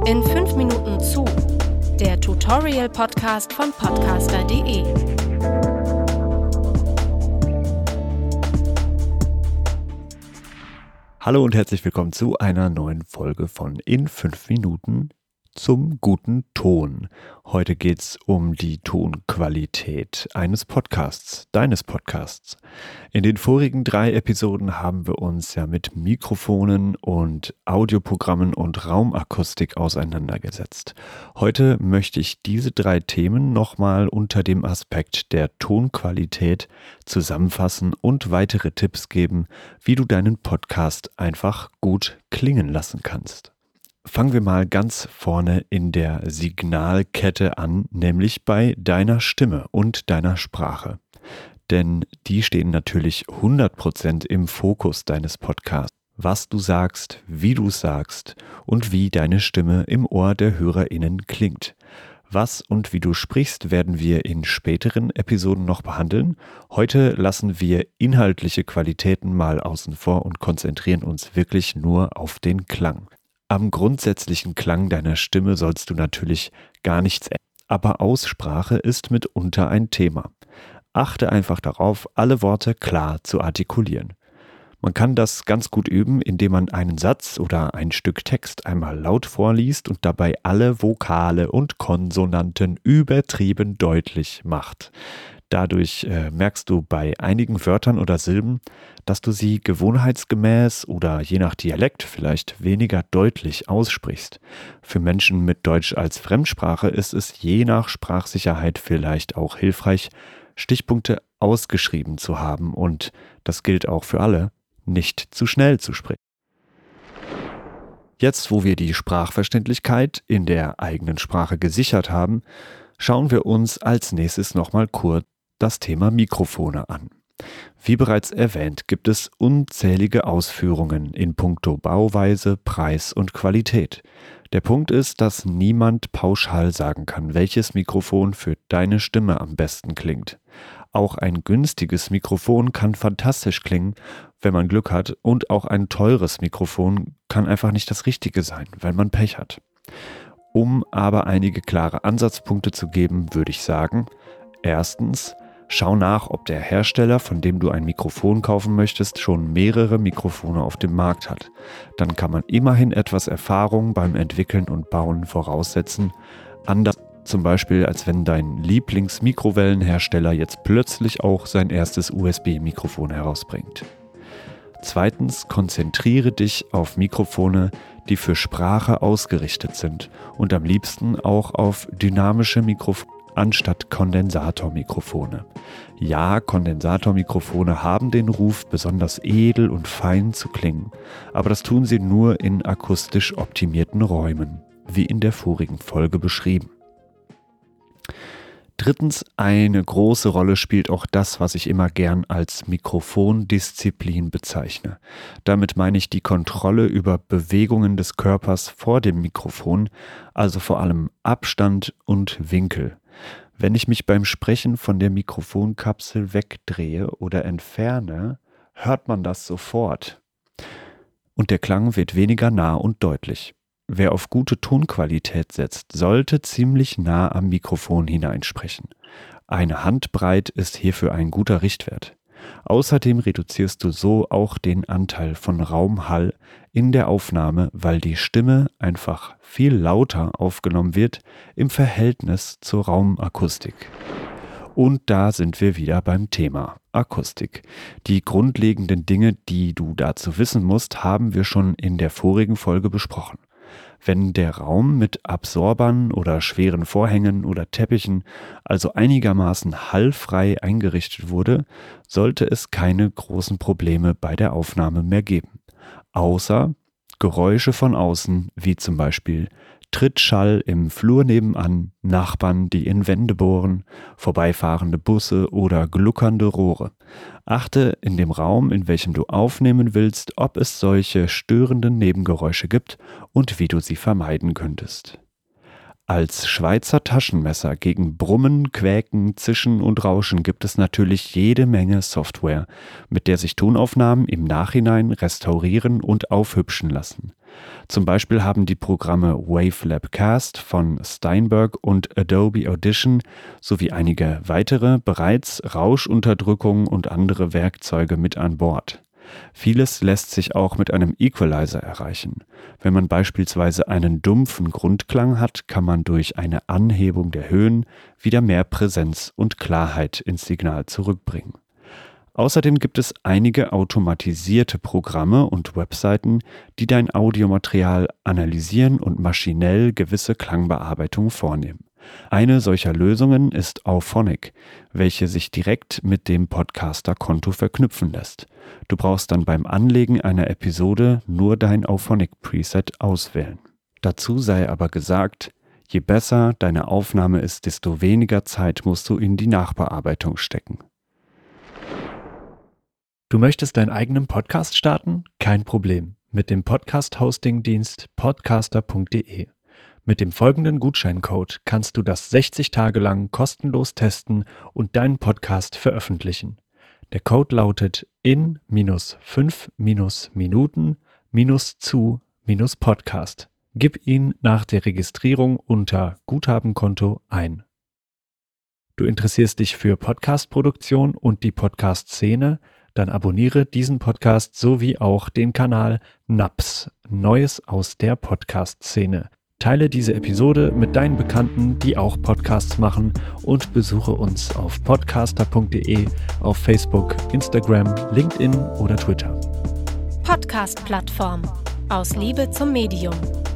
In 5 Minuten zu, der Tutorial-Podcast von podcaster.de. Hallo und herzlich willkommen zu einer neuen Folge von In 5 Minuten zum guten Ton. Heute geht es um die Tonqualität eines Podcasts, deines Podcasts. In den vorigen 3 Episoden haben wir uns ja mit Mikrofonen und Audioprogrammen und Raumakustik auseinandergesetzt. Heute möchte ich diese 3 Themen nochmal unter dem Aspekt der Tonqualität zusammenfassen und weitere Tipps geben, wie du deinen Podcast einfach gut klingen lassen kannst. Fangen wir mal ganz vorne in der Signalkette an, nämlich bei deiner Stimme und deiner Sprache. Denn die stehen natürlich 100% im Fokus deines Podcasts. Was du sagst, wie du es sagst und wie deine Stimme im Ohr der HörerInnen klingt. Was und wie du sprichst, werden wir in späteren Episoden noch behandeln. Heute lassen wir inhaltliche Qualitäten mal außen vor und konzentrieren uns wirklich nur auf den Klang. Am grundsätzlichen Klang deiner Stimme sollst du natürlich gar nichts ändern, aber Aussprache ist mitunter ein Thema. Achte einfach darauf, alle Worte klar zu artikulieren. Man kann das ganz gut üben, indem man einen Satz oder ein Stück Text einmal laut vorliest und dabei alle Vokale und Konsonanten übertrieben deutlich macht. Dadurch merkst du bei einigen Wörtern oder Silben, dass du sie gewohnheitsgemäß oder je nach Dialekt vielleicht weniger deutlich aussprichst. Für Menschen mit Deutsch als Fremdsprache ist es je nach Sprachsicherheit vielleicht auch hilfreich, Stichpunkte ausgeschrieben zu haben und das gilt auch für alle, nicht zu schnell zu sprechen. Jetzt, wo wir die Sprachverständlichkeit in der eigenen Sprache gesichert haben, schauen wir uns als nächstes nochmal kurz das Thema Mikrofone an. Wie bereits erwähnt, gibt es unzählige Ausführungen in puncto Bauweise, Preis und Qualität. Der Punkt ist, dass niemand pauschal sagen kann, welches Mikrofon für deine Stimme am besten klingt. Auch ein günstiges Mikrofon kann fantastisch klingen, wenn man Glück hat, und auch ein teures Mikrofon kann einfach nicht das Richtige sein, weil man Pech hat. Um aber einige klare Ansatzpunkte zu geben, würde ich sagen: Erstens, schau nach, ob der Hersteller, von dem du ein Mikrofon kaufen möchtest, schon mehrere Mikrofone auf dem Markt hat. Dann kann man immerhin etwas Erfahrung beim Entwickeln und Bauen voraussetzen. Anders zum Beispiel, als wenn dein Lieblings-Mikrowellenhersteller jetzt plötzlich auch sein erstes USB-Mikrofon herausbringt. Zweitens, konzentriere dich auf Mikrofone, die für Sprache ausgerichtet sind und am liebsten auch auf dynamische Mikrofone anstatt Kondensatormikrofone. Ja, Kondensatormikrofone haben den Ruf, besonders edel und fein zu klingen, aber das tun sie nur in akustisch optimierten Räumen, wie in der vorigen Folge beschrieben. Drittens, eine große Rolle spielt auch das, was ich immer gern als Mikrofondisziplin bezeichne. Damit meine ich die Kontrolle über Bewegungen des Körpers vor dem Mikrofon, also vor allem Abstand und Winkel. Wenn ich mich beim Sprechen von der Mikrofonkapsel wegdrehe oder entferne, hört man das sofort. Und der Klang wird weniger nah und deutlich. Wer auf gute Tonqualität setzt, sollte ziemlich nah am Mikrofon hineinsprechen. Eine Handbreit ist hierfür ein guter Richtwert. Außerdem reduzierst du so auch den Anteil von Raumhall in der Aufnahme, weil die Stimme einfach viel lauter aufgenommen wird im Verhältnis zur Raumakustik. Und da sind wir wieder beim Thema Akustik. Die grundlegenden Dinge, die du dazu wissen musst, haben wir schon in der vorigen Folge besprochen. Wenn der Raum mit Absorbern oder schweren Vorhängen oder Teppichen also einigermaßen hallfrei eingerichtet wurde, sollte es keine großen Probleme bei der Aufnahme mehr geben. Außer Geräusche von außen, wie zum Beispiel Trittschall im Flur nebenan, Nachbarn, die in Wände bohren, vorbeifahrende Busse oder gluckernde Rohre. Achte in dem Raum, in welchem du aufnehmen willst, ob es solche störenden Nebengeräusche gibt und wie du sie vermeiden könntest. Als Schweizer Taschenmesser gegen Brummen, Quäken, Zischen und Rauschen gibt es natürlich jede Menge Software, mit der sich Tonaufnahmen im Nachhinein restaurieren und aufhübschen lassen. Zum Beispiel haben die Programme Wavelab Cast von Steinberg und Adobe Audition sowie einige weitere bereits Rauschunterdrückung und andere Werkzeuge mit an Bord. Vieles lässt sich auch mit einem Equalizer erreichen. Wenn man beispielsweise einen dumpfen Grundklang hat, kann man durch eine Anhebung der Höhen wieder mehr Präsenz und Klarheit ins Signal zurückbringen. Außerdem gibt es einige automatisierte Programme und Webseiten, die dein Audiomaterial analysieren und maschinell gewisse Klangbearbeitungen vornehmen. Eine solcher Lösungen ist Auphonic, welche sich direkt mit dem Podcaster-Konto verknüpfen lässt. Du brauchst dann beim Anlegen einer Episode nur dein Auphonic-Preset auswählen. Dazu sei aber gesagt, je besser deine Aufnahme ist, desto weniger Zeit musst du in die Nachbearbeitung stecken. Du möchtest deinen eigenen Podcast starten? Kein Problem. Mit dem Podcast-Hosting-Dienst podcaster.de. Mit dem folgenden Gutscheincode kannst du das 60 Tage lang kostenlos testen und deinen Podcast veröffentlichen. Der Code lautet in-5-Minuten-zu-podcast. Gib ihn nach der Registrierung unter Guthabenkonto ein. Du interessierst dich für Podcast-Produktion und die Podcast-Szene? Dann abonniere diesen Podcast sowie auch den Kanal NAPS, Neues aus der Podcast-Szene. Teile diese Episode mit deinen Bekannten, die auch Podcasts machen, und besuche uns auf podcaster.de, auf Facebook, Instagram, LinkedIn oder Twitter. Podcast-Plattform. Aus Liebe zum Medium.